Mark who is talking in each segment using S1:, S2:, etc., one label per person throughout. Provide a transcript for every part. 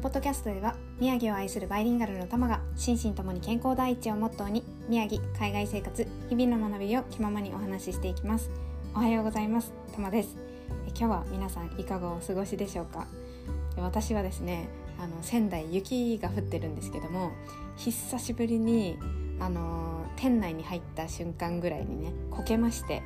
S1: ポッドキャストでは宮城を愛するバイリンガルのタマが心身ともに健康第一をモットーに宮城、海外生活、日々の学びを気ままにお話ししていきます。おはようございます。タマです。今日は皆さんいかがお過ごしでしょうか。私はですね、仙台雪が降ってるんですけども、久しぶりに店内に入った瞬間ぐらいにねこけまして、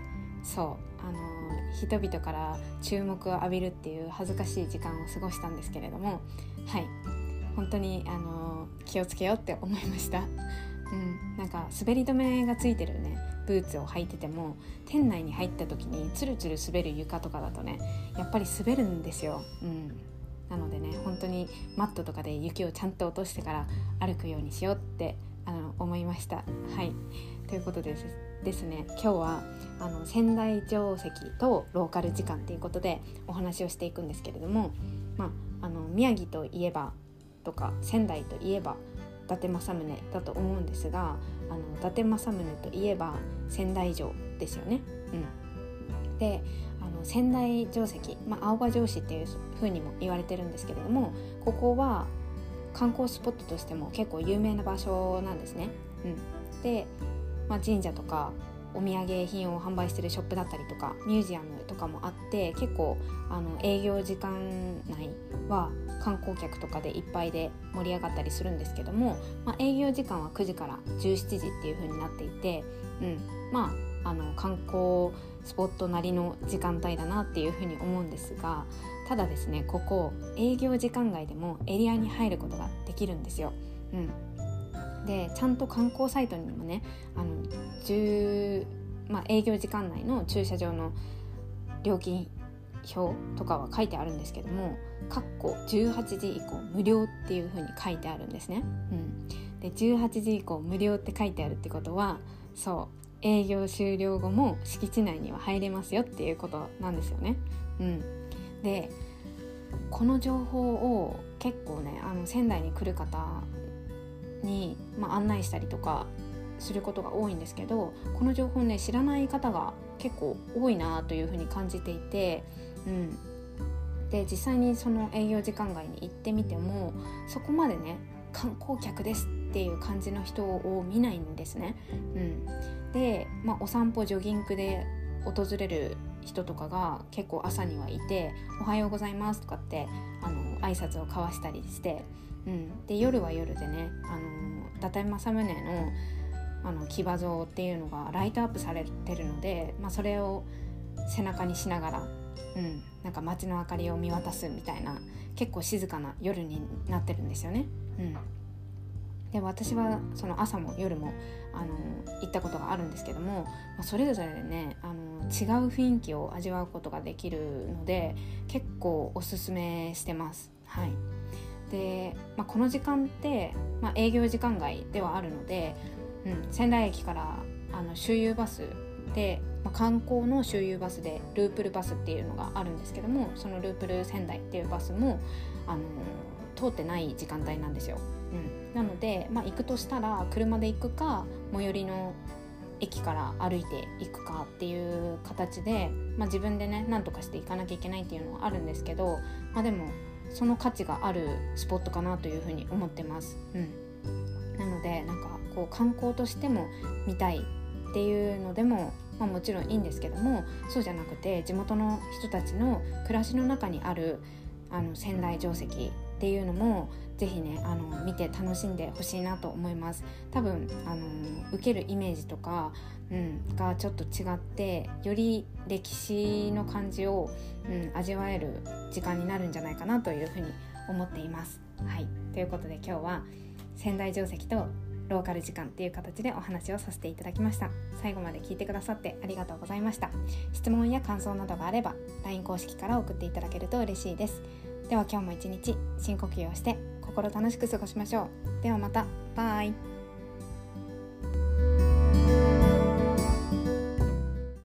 S1: 人々から注目を浴びるっていう恥ずかしい時間を過ごしたんですけれども、本当に気をつけようって思いました。なんか滑り止めがついてるねブーツを履いてても、店内に入った時にツルツル滑る床とかだとねやっぱり滑るんですよ。なのでね、本当にマットとかで雪をちゃんと落としてから歩くようにしようって思いました。ということでですね、今日は仙台城跡とローカル時間ということでお話をしていくんですけれども、宮城といえばとか仙台といえば伊達政宗だと思うんですが、伊達政宗といえば仙台城ですよね。で仙台城跡、青葉城址っていう風にも言われてるんですけれども、ここは観光スポットとしても結構有名な場所なんですね。で、神社とかお土産品を販売してるショップだったりとかミュージアムとかもあって、結構営業時間内は観光客とかでいっぱいで盛り上がったりするんですけども、営業時間は9時から17時っていう風になっていて、観光スポットなりの時間帯だなっていう風に思うんですが、ただですね、ここ営業時間外でもエリアに入ることができるんですよ。でちゃんと観光サイトにもね営業時間内の駐車場の料金表とかは書いてあるんですけども、18時以降無料っていう風に書いてあるんですね。で18時以降無料って書いてあるってことは、営業終了後も敷地内には入れますよっていうことなんですよね。でこの情報を結構ね仙台に来る方に、案内したりとかすることが多いんですけど、この情報ね知らない方が結構多いなというふうに感じていて、で実際にその営業時間外に行ってみてもそこまでね観光客ですっていう感じの人を見ないんですね。で、お散歩ジョギングで訪れる人とかが結構朝にはいて、おはようございますとかって挨拶を交わしたりして、で夜は夜でね伊達政宗の騎馬像っていうのがライトアップされてるので、それを背中にしながら、なんか街の明かりを見渡すみたいな結構静かな夜になってるんですよね。で私はその朝も夜も行ったことがあるんですけども、それぞれでね違う雰囲気を味わうことができるので結構おすすめしてます。で、この時間って、営業時間外ではあるので、仙台駅から周遊バスで、観光の周遊バスでループルバスっていうのがあるんですけども、そのループル仙台っていうバスも通ってない時間帯なんですよ。なので、行くとしたら車で行くか最寄りの駅から歩いていくかっていう形で、自分でね何とかしていかなきゃいけないっていうのはあるんですけど、でもその価値があるスポットかなというふうに思ってます。なのでなんかこう観光としても見たいっていうのでも、もちろんいいんですけども、そうじゃなくて地元の人たちの暮らしの中にある仙台城跡っていうのもぜひね見て楽しんでほしいなと思います。多分受けるイメージとか、がちょっと違って、より歴史の感じを、味わえる時間になるんじゃないかなというふうに思っています。ということで今日は仙台城跡とローカル時間っていう形でお話をさせていただきました。最後まで聞いてくださってありがとうございました。質問や感想などがあれば LINE 公式から送っていただけると嬉しいです。では今日も一日深呼吸をして心楽しく過ごしましょう。ではまた。バイ。